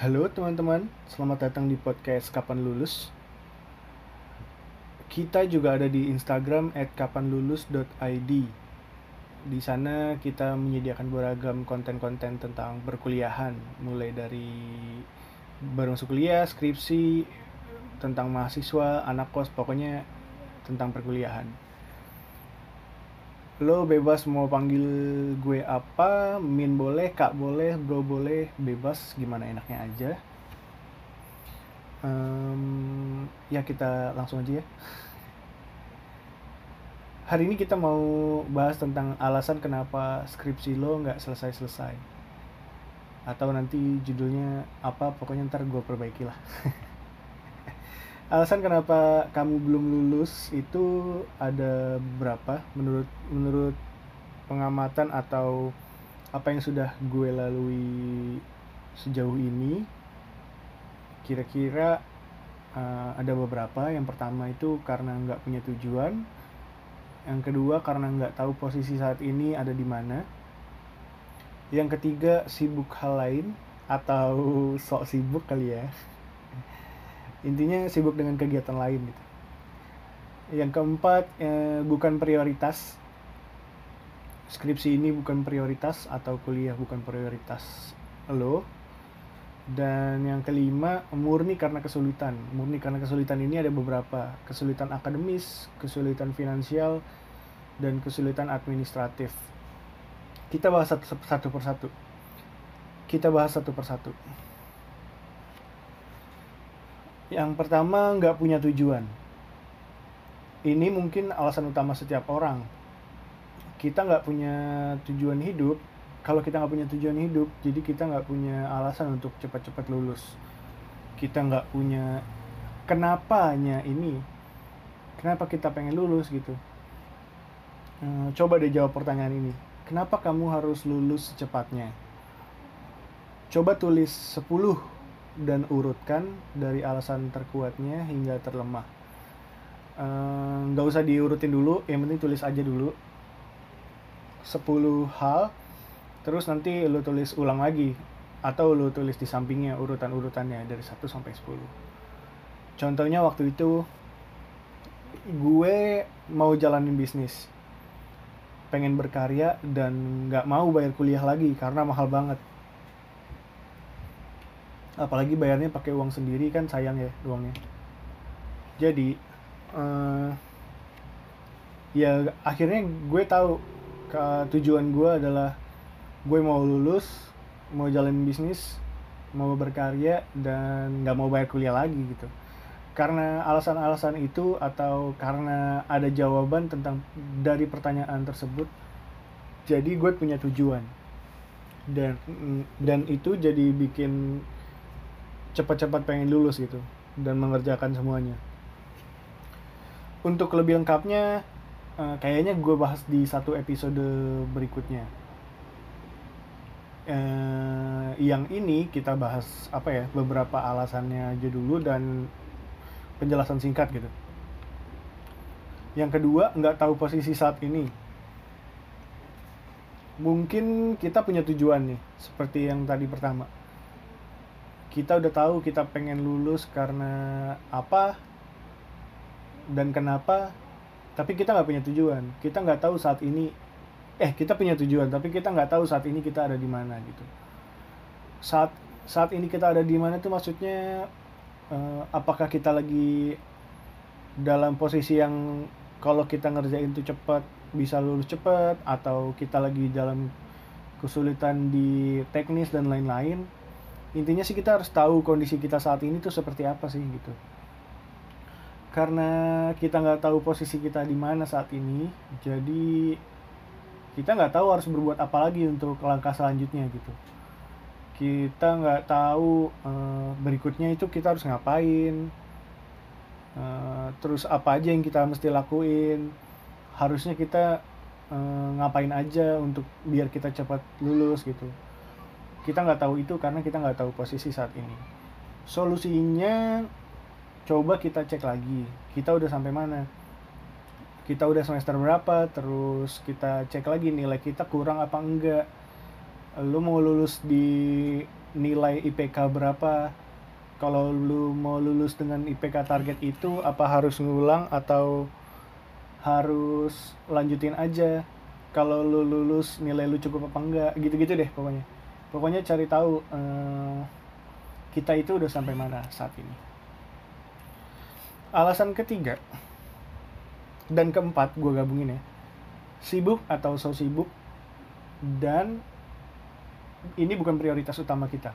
Halo teman-teman, selamat datang di podcast Kapan Lulus. Kita juga ada di Instagram @kapanlulus.id. Di sana kita menyediakan beragam konten-konten tentang perkuliahan, mulai dari baru masuk kuliah, skripsi, tentang mahasiswa, anak kos, pokoknya tentang perkuliahan. Lo bebas mau panggil gue apa, Min boleh, Kak boleh, Bro boleh, bebas gimana enaknya aja. Ya kita langsung aja ya. Hari ini kita mau bahas tentang alasan kenapa skripsi lo nggak selesai-selesai. Atau nanti judulnya apa, pokoknya ntar gue perbaiki lah. Alasan kenapa kamu belum lulus itu ada berapa menurut pengamatan atau apa yang sudah gue lalui sejauh ini. Kira-kira ada beberapa. Yang pertama itu karena nggak punya tujuan. Yang kedua karena nggak tahu posisi saat ini ada di mana. Yang ketiga sibuk hal lain atau sok sibuk kali ya. Intinya sibuk dengan kegiatan lain gitu. Yang keempat bukan prioritas. Skripsi ini bukan prioritas atau kuliah bukan prioritas lo. Dan yang kelima murni karena kesulitan. Murni karena kesulitan ini ada beberapa. Kesulitan akademis, kesulitan finansial, dan kesulitan administratif. Kita bahas satu persatu. Yang pertama, nggak punya tujuan. Ini mungkin alasan utama setiap orang. Kita nggak punya tujuan hidup. Kalau kita nggak punya tujuan hidup, jadi kita nggak punya alasan untuk cepat-cepat lulus. Kita nggak punya kenapanya ini. Kenapa kita pengen lulus gitu. Coba deh jawab pertanyaan ini. Kenapa kamu harus lulus secepatnya? Coba tulis 10 dan urutkan dari alasan terkuatnya hingga terlemah. Nggak usah diurutin dulu, yang penting tulis aja dulu 10 hal. Terus nanti lo tulis ulang lagi atau lo tulis di sampingnya urutan-urutannya dari 1 sampai 10. Contohnya waktu itu gue mau jalanin bisnis, pengen berkarya dan nggak mau bayar kuliah lagi karena mahal banget. Apalagi bayarnya pakai uang sendiri kan sayang ya uangnya. Jadi ya akhirnya gue tahu tujuan gue adalah gue mau lulus, mau jalanin bisnis, mau berkarya dan nggak mau bayar kuliah lagi gitu. Karena alasan-alasan itu atau karena ada jawaban tentang dari pertanyaan tersebut, jadi gue punya tujuan. Dan itu jadi bikin cepat-cepat pengen lulus gitu dan mengerjakan semuanya. Untuk lebih lengkapnya kayaknya gue bahas di satu episode berikutnya. Yang ini kita bahas beberapa alasannya aja dulu dan penjelasan singkat gitu. Yang kedua, nggak tahu posisi saat ini. Mungkin kita punya tujuan nih, seperti yang tadi pertama. Kita udah tahu kita pengen lulus karena apa dan kenapa, tapi kita nggak punya tujuan. Kita nggak tahu saat ini. Kita punya tujuan, tapi kita nggak tahu saat ini kita ada di mana gitu. Saat ini kita ada di mana tuh maksudnya apakah kita lagi dalam posisi yang kalau kita ngerjain tuh cepat bisa lulus cepat, atau kita lagi dalam kesulitan di teknis dan lain-lain. Intinya sih kita harus tahu kondisi kita saat ini tuh seperti apa sih gitu. Karena kita nggak tahu posisi kita di mana saat ini, jadi kita nggak tahu harus berbuat apa lagi untuk langkah selanjutnya gitu. Kita nggak tahu berikutnya itu kita harus ngapain, terus apa aja yang kita mesti lakuin, harusnya kita ngapain aja untuk biar kita cepat lulus gitu. Kita nggak tahu itu karena kita nggak tahu posisi saat ini. Solusinya coba kita cek lagi, kita udah sampai mana, kita udah semester berapa, terus kita cek lagi nilai kita kurang apa enggak. Lu mau lulus di nilai IPK berapa. Kalau lu mau lulus dengan IPK target itu, apa harus ngulang atau harus lanjutin aja. Kalau lu lulus, nilai lu cukup apa enggak, gitu-gitu deh pokoknya cari tahu kita itu udah sampai mana saat ini. Alasan ketiga dan keempat gue gabungin ya, sibuk atau so sibuk, dan ini bukan prioritas utama kita.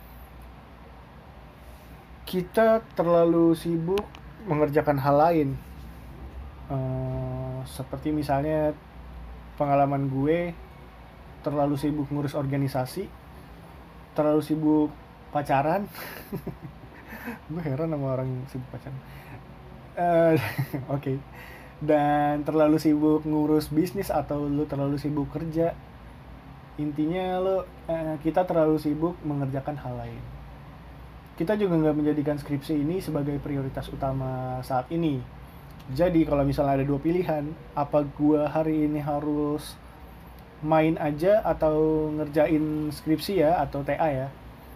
Kita terlalu sibuk mengerjakan hal lain. Seperti misalnya pengalaman gue, terlalu sibuk ngurus organisasi, terlalu sibuk pacaran. Gue heran sama orang sibuk pacaran. Oke. Dan terlalu sibuk ngurus bisnis atau lu terlalu sibuk kerja. Intinya kita terlalu sibuk mengerjakan hal lain. Kita juga nggak menjadikan skripsi ini sebagai prioritas utama saat ini. Jadi kalau misalnya ada dua pilihan, apa gua hari ini harus main aja atau ngerjain skripsi ya, atau TA ya.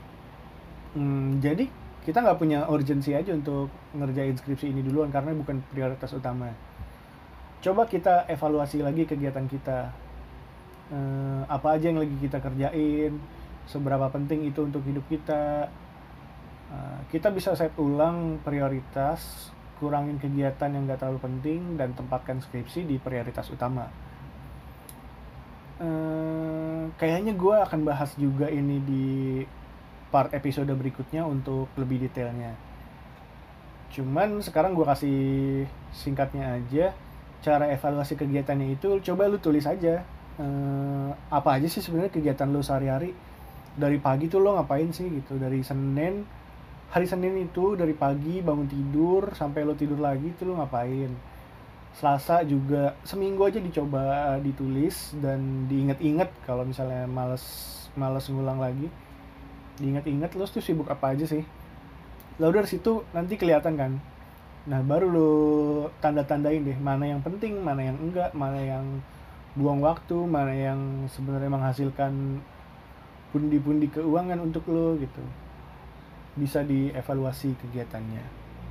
Jadi kita nggak punya urgensi aja untuk ngerjain skripsi ini duluan karena bukan prioritas utama. Coba kita evaluasi lagi kegiatan kita. Apa aja yang lagi kita kerjain, seberapa penting itu untuk hidup kita. Kita bisa set ulang prioritas, kurangin kegiatan yang gak terlalu penting, dan tempatkan skripsi di prioritas utama. Kayaknya gue akan bahas juga ini di part episode berikutnya untuk lebih detailnya. Cuman sekarang gue kasih singkatnya aja. Cara evaluasi kegiatannya itu, coba lu tulis aja apa aja sih sebenarnya kegiatan lu sehari-hari. Dari pagi tuh lo ngapain sih gitu. Dari hari Senin itu dari pagi bangun tidur sampai lo tidur lagi tuh lo ngapain. Selasa juga seminggu aja dicoba ditulis dan diinget-inget. Kalau misalnya males ngulang lagi, diinget-inget lo tuh sibuk apa aja sih. Lalu dari situ nanti kelihatan kan. Nah baru lo tanda-tandain deh mana yang penting, mana yang enggak, mana yang buang waktu, mana yang sebenarnya menghasilkan pundi-pundi keuangan untuk lo gitu. Bisa dievaluasi kegiatannya.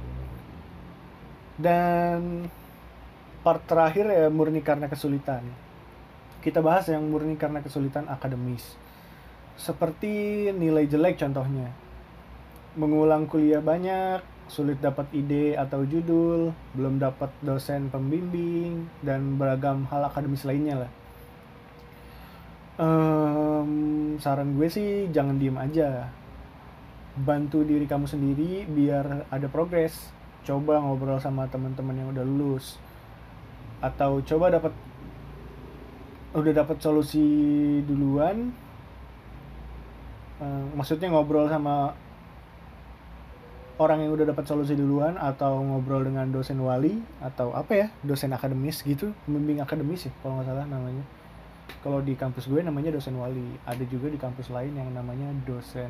Dan part terakhir ya murni karena kesulitan. Kita bahas yang murni karena kesulitan akademis. Seperti nilai jelek contohnya. Mengulang kuliah banyak, sulit dapat ide atau judul, belum dapat dosen pembimbing, dan beragam hal akademis lainnya lah. Saran gue sih jangan diem aja. Bantu diri kamu sendiri biar ada progres. Coba ngobrol sama teman-teman yang udah lulus, atau coba udah dapat solusi duluan. Maksudnya ngobrol sama orang yang udah dapat solusi duluan, atau ngobrol dengan dosen wali atau dosen akademis gitu, pembimbing akademis ya kalau nggak salah namanya. Kalau di kampus gue namanya dosen wali, ada juga di kampus lain yang namanya dosen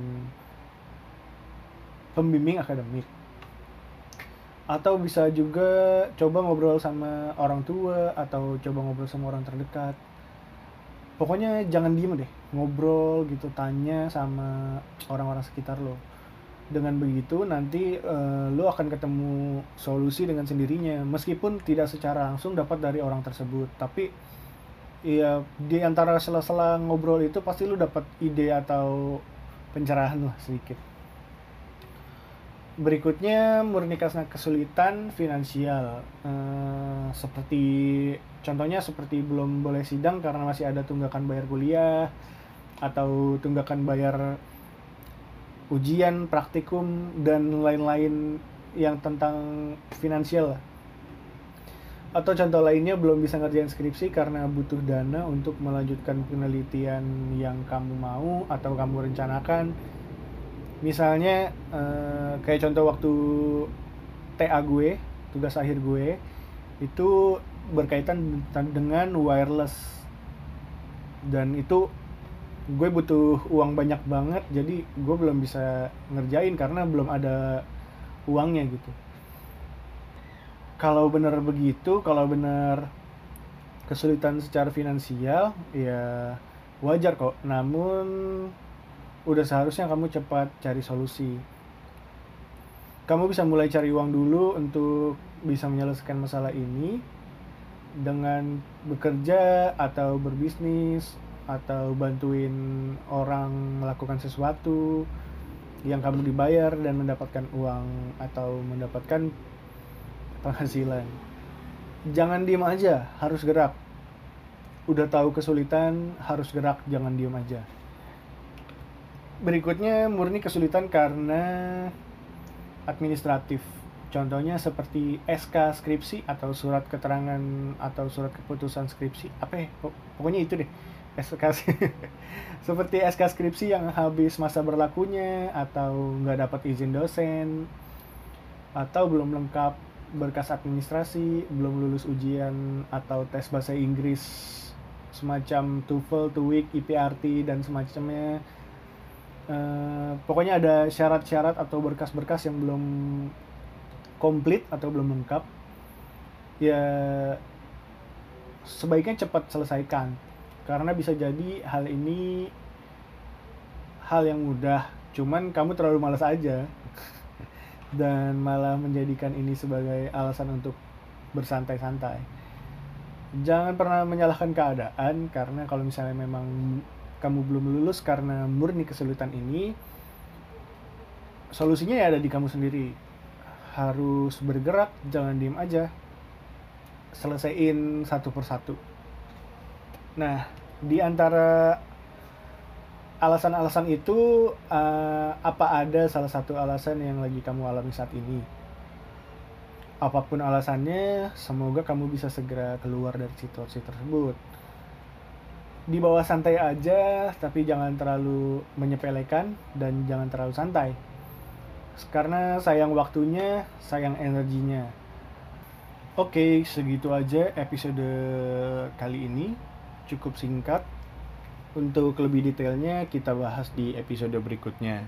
pembimbing akademik. Atau bisa juga coba ngobrol sama orang tua atau coba ngobrol sama orang terdekat. Pokoknya jangan diem deh, ngobrol gitu, tanya sama orang-orang sekitar lo. Dengan begitu nanti lo akan ketemu solusi dengan sendirinya, meskipun tidak secara langsung dapat dari orang tersebut, tapi ya di antara sela-sela ngobrol itu pasti lo dapat ide atau pencerahan lah sedikit. Berikutnya murni karena kesulitan finansial. Contohnya seperti belum boleh sidang karena masih ada tunggakan bayar kuliah, atau tunggakan bayar ujian, praktikum, dan lain-lain yang tentang finansial. Atau contoh lainnya belum bisa ngerjain skripsi karena butuh dana untuk melanjutkan penelitian yang kamu mau atau kamu rencanakan. Misalnya kayak contoh waktu TA gue, tugas akhir gue itu berkaitan dengan wireless, dan itu gue butuh uang banyak banget, jadi gue belum bisa ngerjain karena belum ada uangnya gitu. Kalau benar begitu, kalau benar kesulitan secara finansial, ya wajar kok. Namun udah seharusnya kamu cepat cari solusi. Kamu bisa mulai cari uang dulu untuk bisa menyelesaikan masalah ini dengan bekerja atau berbisnis atau bantuin orang melakukan sesuatu yang kamu dibayar dan mendapatkan uang atau mendapatkan penghasilan. Jangan diem aja, harus gerak. Udah tahu kesulitan, harus gerak, jangan diem aja. Berikutnya murni kesulitan karena administratif. Contohnya seperti SK skripsi atau surat keterangan atau surat keputusan skripsi. Apa ya? Pokoknya itu deh. SK seperti SK skripsi yang habis masa berlakunya atau nggak dapat izin dosen atau belum lengkap berkas administrasi, belum lulus ujian atau tes bahasa Inggris semacam TOEFL, TOEIC, IPRT dan semacamnya. Pokoknya ada syarat-syarat atau berkas-berkas yang belum komplit atau belum lengkap, ya sebaiknya cepat selesaikan karena bisa jadi hal ini hal yang mudah, cuman kamu terlalu malas aja dan malah menjadikan ini sebagai alasan untuk bersantai-santai. Jangan pernah menyalahkan keadaan, karena kalau misalnya memang kamu belum lulus karena murni kesulitan ini, solusinya ya ada di kamu sendiri. Harus bergerak, jangan diem aja. Selesaiin satu persatu. Nah, di antara alasan-alasan itu, apa ada salah satu alasan yang lagi kamu alami saat ini? Apapun alasannya, semoga kamu bisa segera keluar dari situasi tersebut. Di bawah santai aja, tapi jangan terlalu menyepelekan dan jangan terlalu santai. Karena sayang waktunya, sayang energinya. Oke, segitu aja episode kali ini. Cukup singkat. Untuk lebih detailnya kita bahas di episode berikutnya.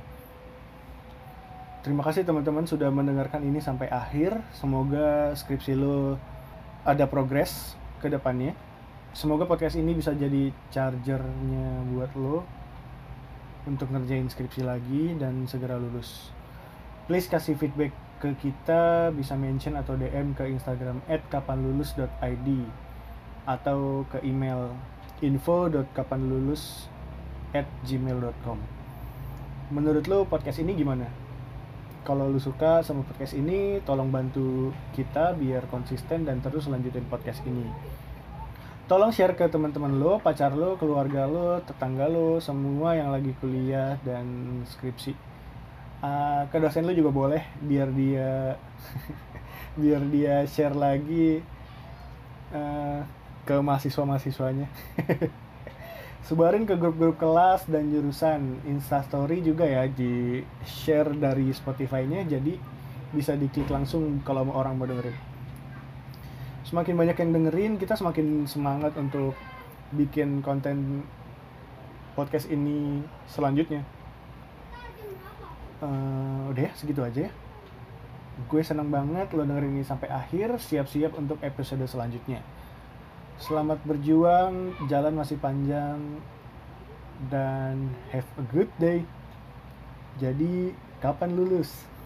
Terima kasih teman-teman sudah mendengarkan ini sampai akhir. Semoga skripsi lo ada progres ke depannya. Semoga podcast ini bisa jadi chargernya buat lo untuk ngerjain skripsi lagi dan segera lulus. Please kasih feedback ke kita, bisa mention atau DM ke Instagram @kapanlulus.id atau ke email info.kapanlulus@gmail.com. Menurut lo podcast ini gimana? Kalau lo suka sama podcast ini, tolong bantu kita biar konsisten dan terus lanjutin podcast ini. Tolong share ke teman-teman lo, pacar lo, keluarga lo, tetangga lo, semua yang lagi kuliah dan skripsi. Ke dosen lo juga boleh, biar dia biar dia share lagi ke mahasiswa-mahasiswanya. Sebarin ke grup-grup kelas dan jurusan. Instastory juga ya, di share dari Spotify-nya, jadi bisa diklik langsung kalau orang mau dengerin. Semakin banyak yang dengerin, kita semakin semangat untuk bikin konten podcast ini selanjutnya. Udah ya, segitu aja ya. Gue senang banget lo dengerin ini sampai akhir. Siap-siap untuk episode selanjutnya. Selamat berjuang, jalan masih panjang, dan have a good day. Jadi, kapan lulus?